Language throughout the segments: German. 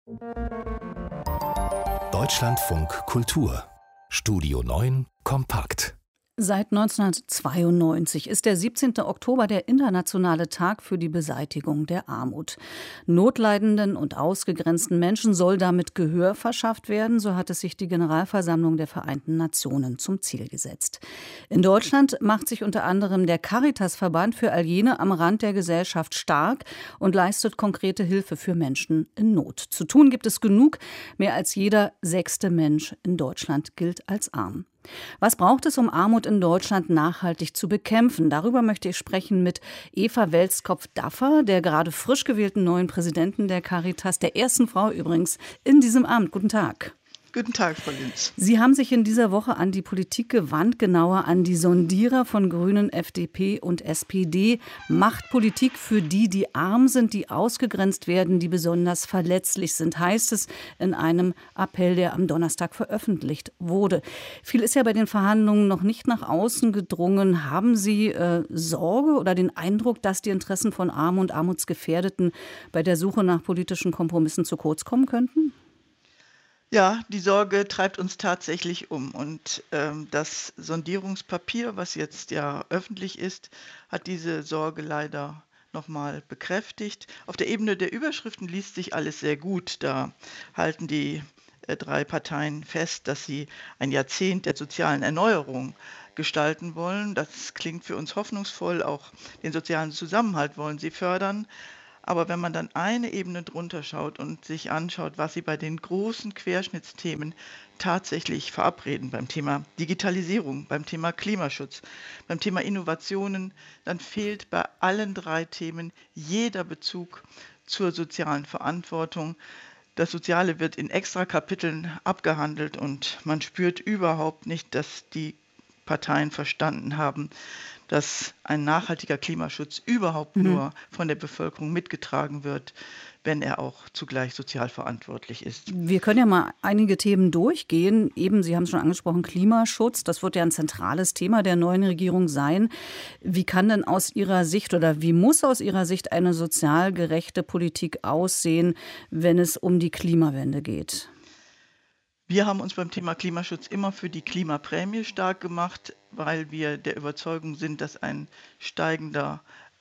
Deutschlandfunk Kultur Studio 9 kompakt. Seit 1992 ist der 17. Oktober der internationale Tag für die Beseitigung der Armut. Notleidenden und ausgegrenzten Menschen soll damit Gehör verschafft werden, so hat es sich die Generalversammlung der Vereinten Nationen zum Ziel gesetzt. In Deutschland macht sich unter anderem der Caritas-Verband für all jene am Rand der Gesellschaft stark und leistet konkrete Hilfe für Menschen in Not. Zu tun gibt es genug. Mehr als jeder 6. Mensch in Deutschland gilt als arm. Was braucht es, um Armut in Deutschland nachhaltig zu bekämpfen? Darüber möchte ich sprechen mit Eva Welskopf-Daffer, der gerade frisch gewählten neuen Präsidentin der Caritas, der ersten Frau übrigens in diesem Amt. Guten Tag. Guten Tag, Frau Linz. Sie haben sich in dieser Woche an die Politik gewandt, genauer an die Sondierer von Grünen, FDP und SPD. Macht Politik für die, die arm sind, die ausgegrenzt werden, die besonders verletzlich sind, heißt es in einem Appell, der am Donnerstag veröffentlicht wurde. Viel ist ja bei den Verhandlungen noch nicht nach außen gedrungen. Haben Sie Sorge oder den Eindruck, dass die Interessen von Armen und Armutsgefährdeten bei der Suche nach politischen Kompromissen zu kurz kommen könnten? Ja, die Sorge treibt uns tatsächlich um. Und das Sondierungspapier, was jetzt ja öffentlich ist, hat diese Sorge leider nochmal bekräftigt. Auf der Ebene der Überschriften liest sich alles sehr gut. Da halten die 3 Parteien fest, dass sie ein Jahrzehnt der sozialen Erneuerung gestalten wollen. Das klingt für uns hoffnungsvoll. Auch den sozialen Zusammenhalt wollen sie fördern. Aber wenn man dann eine Ebene drunter schaut und sich anschaut, was sie bei den großen Querschnittsthemen tatsächlich verabreden, beim Thema Digitalisierung, beim Thema Klimaschutz, beim Thema Innovationen, dann fehlt bei allen 3 Themen jeder Bezug zur sozialen Verantwortung. Das Soziale wird in Extrakapiteln abgehandelt und man spürt überhaupt nicht, dass die Parteien verstanden haben, dass ein nachhaltiger Klimaschutz überhaupt nur von der Bevölkerung mitgetragen wird, wenn er auch zugleich sozial verantwortlich ist. Wir können ja mal einige Themen durchgehen. Eben, Sie haben es schon angesprochen, Klimaschutz. Das wird ja ein zentrales Thema der neuen Regierung sein. Wie kann denn aus Ihrer Sicht oder wie muss aus Ihrer Sicht eine sozial gerechte Politik aussehen, wenn es um die Klimawende geht? Wir haben uns beim Thema Klimaschutz immer für die Klimaprämie stark gemacht, weil wir der Überzeugung sind, dass eine steigende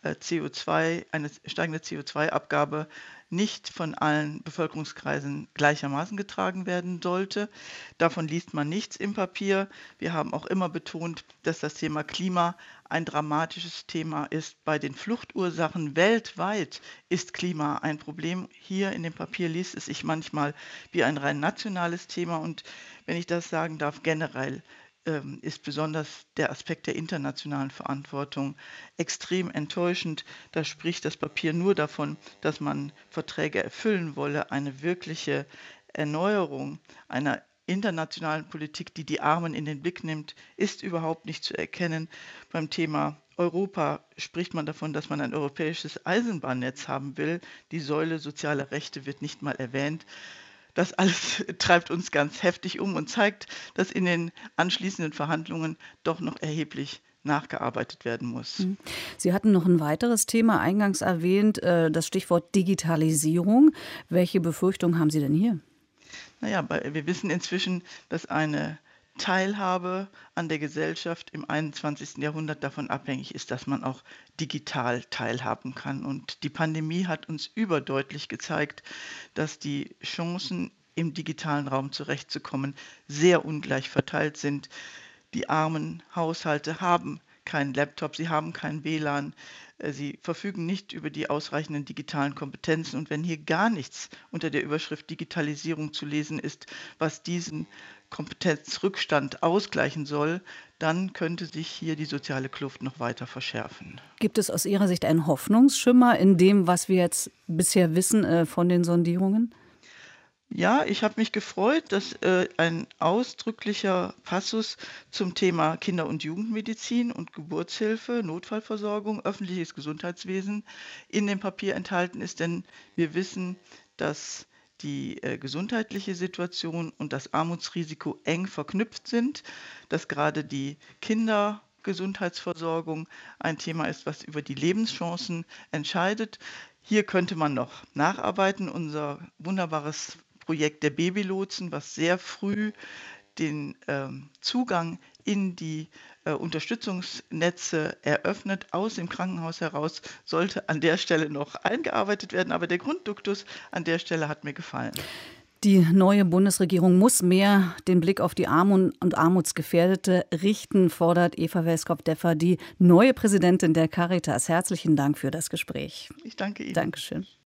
CO2-Abgabe nicht von allen Bevölkerungskreisen gleichermaßen getragen werden sollte. Davon liest man nichts im Papier. Wir haben auch immer betont, dass das Thema Klima ein dramatisches Thema ist. Bei den Fluchtursachen weltweit ist Klima ein Problem. Hier in dem Papier liest es sich manchmal wie ein rein nationales Thema. Und wenn ich das sagen darf, generell ist besonders der Aspekt der internationalen Verantwortung extrem enttäuschend. Da spricht das Papier nur davon, dass man Verträge erfüllen wolle. Eine wirkliche Erneuerung einer internationalen Politik, die die Armen in den Blick nimmt, ist überhaupt nicht zu erkennen. Beim Thema Europa spricht man davon, dass man ein europäisches Eisenbahnnetz haben will. Die Säule sozialer Rechte wird nicht mal erwähnt. Das alles treibt uns ganz heftig um und zeigt, dass in den anschließenden Verhandlungen doch noch erheblich nachgearbeitet werden muss. Sie hatten noch ein weiteres Thema eingangs erwähnt, das Stichwort Digitalisierung. Welche Befürchtungen haben Sie denn hier? Naja, wir wissen inzwischen, dass eine Teilhabe an der Gesellschaft im 21. Jahrhundert davon abhängig ist, dass man auch digital teilhaben kann. Und die Pandemie hat uns überdeutlich gezeigt, dass die Chancen, im digitalen Raum zurechtzukommen, sehr ungleich verteilt sind. Die armen Haushalte haben keinen Laptop, sie haben kein WLAN, sie verfügen nicht über die ausreichenden digitalen Kompetenzen. Und wenn hier gar nichts unter der Überschrift Digitalisierung zu lesen ist, was diesen Kompetenzrückstand ausgleichen soll, dann könnte sich hier die soziale Kluft noch weiter verschärfen. Gibt es aus Ihrer Sicht einen Hoffnungsschimmer in dem, was wir jetzt bisher wissen von den Sondierungen? Ja, ich habe mich gefreut, dass ein ausdrücklicher Passus zum Thema Kinder- und Jugendmedizin und Geburtshilfe, Notfallversorgung, öffentliches Gesundheitswesen in dem Papier enthalten ist, denn wir wissen, dass die gesundheitliche Situation und das Armutsrisiko eng verknüpft sind, dass gerade die Kindergesundheitsversorgung ein Thema ist, was über die Lebenschancen entscheidet. Hier könnte man noch nacharbeiten. Unser wunderbares Projekt der Babylotsen, was sehr früh den Zugang in die Unterstützungsnetze eröffnet, aus dem Krankenhaus heraus, sollte an der Stelle noch eingearbeitet werden. Aber der Grundduktus an der Stelle hat mir gefallen. Die neue Bundesregierung muss mehr den Blick auf die Armen und Armutsgefährdete richten, fordert Eva Welskop-Deffer, die neue Präsidentin der Caritas. Herzlichen Dank für das Gespräch. Ich danke Ihnen. Dankeschön.